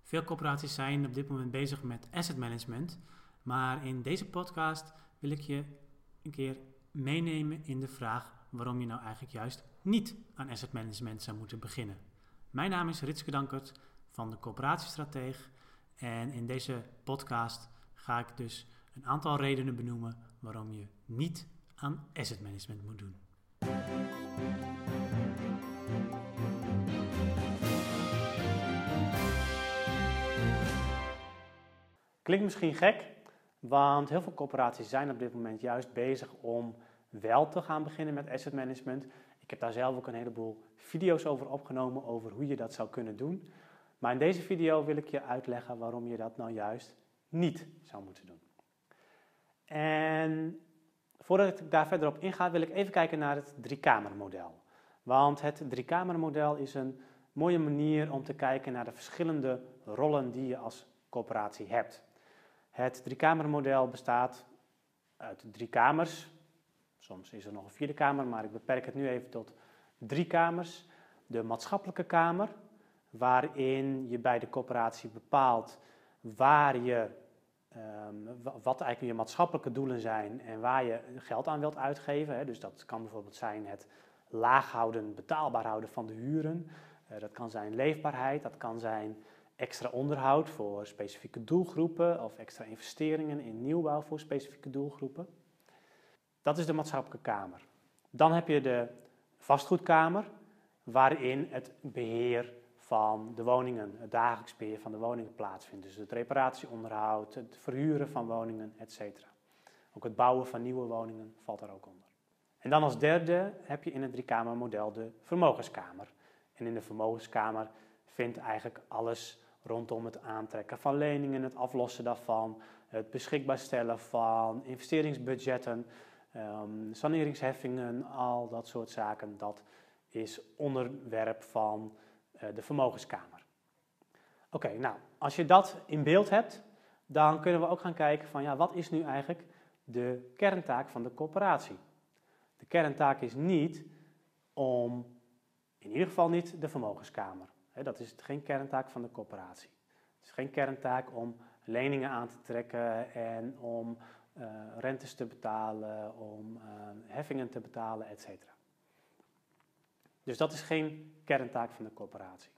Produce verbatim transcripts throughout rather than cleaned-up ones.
Veel corporaties zijn op dit moment bezig met asset management, maar in deze podcast wil ik je een keer meenemen in de vraag waarom je nou eigenlijk juist niet aan asset management zou moeten beginnen. Mijn naam is Ritske Dankert van de Corporatiestrateeg en in deze podcast ga ik dus een aantal redenen benoemen waarom je niet aan asset management moet doen. Klinkt misschien gek, want heel veel corporaties zijn op dit moment juist bezig om wel te gaan beginnen met asset management. Ik heb daar zelf ook een heleboel video's over opgenomen over hoe je dat zou kunnen doen. Maar in deze video wil ik je uitleggen waarom je dat nou juist niet zou moeten doen. En voordat ik daar verder op inga, wil ik even kijken naar het driekamermodel. Want het driekamermodel is een mooie manier om te kijken naar de verschillende rollen die je als corporatie hebt. Het driekamermodel bestaat uit drie kamers. Soms is er nog een vierde kamer, maar ik beperk het nu even tot drie kamers. De maatschappelijke kamer, waarin je bij de corporatie bepaalt waar je, um, wat eigenlijk je maatschappelijke doelen zijn en waar je geld aan wilt uitgeven. Hè. Dus dat kan bijvoorbeeld zijn het laag houden, betaalbaar houden van de huren. Uh, dat kan zijn leefbaarheid, dat kan zijn extra onderhoud voor specifieke doelgroepen of extra investeringen in nieuwbouw voor specifieke doelgroepen. Dat is de maatschappelijke kamer. Dan heb je de vastgoedkamer, waarin het beheer van de woningen, het dagelijks beheer van de woningen plaatsvindt. Dus het reparatieonderhoud, het verhuren van woningen, et cetera. Ook het bouwen van nieuwe woningen valt daar ook onder. En dan als derde heb je in het driekamermodel de vermogenskamer. En in de vermogenskamer vindt eigenlijk alles rondom het aantrekken van leningen, het aflossen daarvan, het beschikbaar stellen van investeringsbudgetten, um, saneringsheffingen, al dat soort zaken. Dat is onderwerp van uh, de vermogenskamer. Oké, okay, nou, als je dat in beeld hebt, dan kunnen we ook gaan kijken van ja, wat is nu eigenlijk de kerntaak van de corporatie? De kerntaak is niet om, in ieder geval niet de vermogenskamer. Dat is geen kerntaak van de corporatie. Het is geen kerntaak om leningen aan te trekken en om uh, rentes te betalen, om uh, heffingen te betalen, et cetera. Dus dat is geen kerntaak van de corporatie.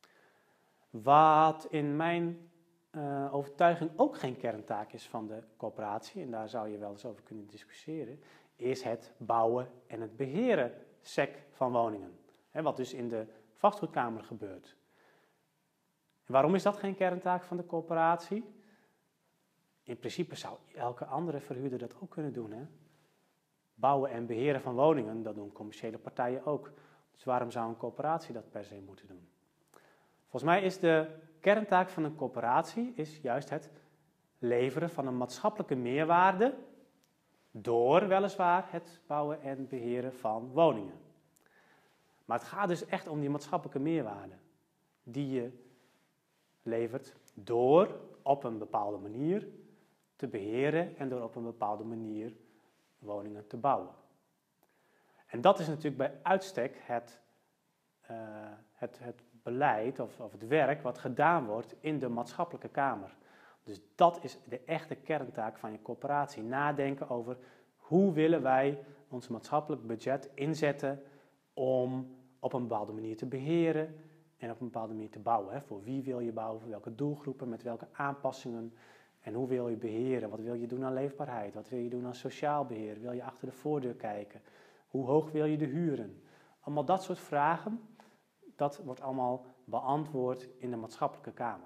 Wat in mijn uh, overtuiging ook geen kerntaak is van de corporatie, en daar zou je wel eens over kunnen discussiëren, is het bouwen en het beheren sec van woningen. He, wat dus in de vastgoedkamer gebeurt. En waarom is dat geen kerntaak van de corporatie? In principe zou elke andere verhuurder dat ook kunnen doen. Hè? Bouwen en beheren van woningen, dat doen commerciële partijen ook. Dus waarom zou een corporatie dat per se moeten doen? Volgens mij is de kerntaak van een corporatie is juist het leveren van een maatschappelijke meerwaarde door weliswaar het bouwen en beheren van woningen. Maar het gaat dus echt om die maatschappelijke meerwaarde die je levert door op een bepaalde manier te beheren en door op een bepaalde manier woningen te bouwen. En dat is natuurlijk bij uitstek het, uh, het, het beleid of, of het werk wat gedaan wordt in de maatschappelijke kamer. Dus dat is de echte kerntaak van je corporatie. Nadenken over hoe willen wij ons maatschappelijk budget inzetten om op een bepaalde manier te beheren en op een bepaalde manier te bouwen. Hè. Voor wie wil je bouwen, voor welke doelgroepen, met welke aanpassingen en hoe wil je beheren? Wat wil je doen aan leefbaarheid? Wat wil je doen aan sociaal beheer? Wil je achter de voordeur kijken? Hoe hoog wil je de huren? Allemaal dat soort vragen, dat wordt allemaal beantwoord in de maatschappelijke kamer.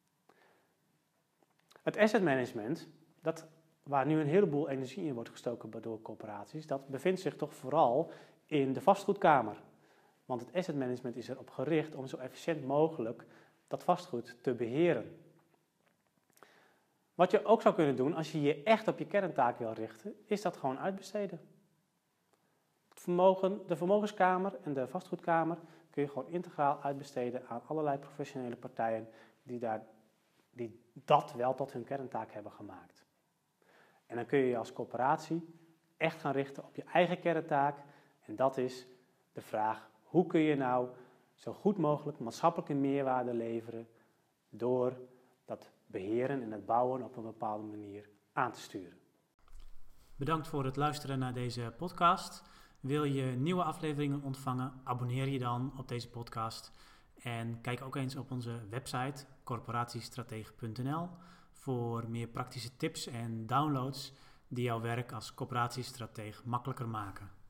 Het asset management, dat, waar nu een heleboel energie in wordt gestoken door corporaties, dat bevindt zich toch vooral in de vastgoedkamer. Want het asset management is erop gericht om zo efficiënt mogelijk dat vastgoed te beheren. Wat je ook zou kunnen doen als je je echt op je kerntaak wil richten, is dat gewoon uitbesteden. Het vermogen, de vermogenskamer en de vastgoedkamer kun je gewoon integraal uitbesteden aan allerlei professionele partijen die, daar, die dat wel tot hun kerntaak hebben gemaakt. En dan kun je je als corporatie echt gaan richten op je eigen kerntaak en dat is de vraag: hoe kun je nou zo goed mogelijk maatschappelijke meerwaarde leveren door dat beheren en het bouwen op een bepaalde manier aan te sturen. Bedankt voor het luisteren naar deze podcast. Wil je nieuwe afleveringen ontvangen? Abonneer je dan op deze podcast. En kijk ook eens op onze website corporatiestratege punt n l voor meer praktische tips en downloads die jouw werk als corporatiestratege makkelijker maken.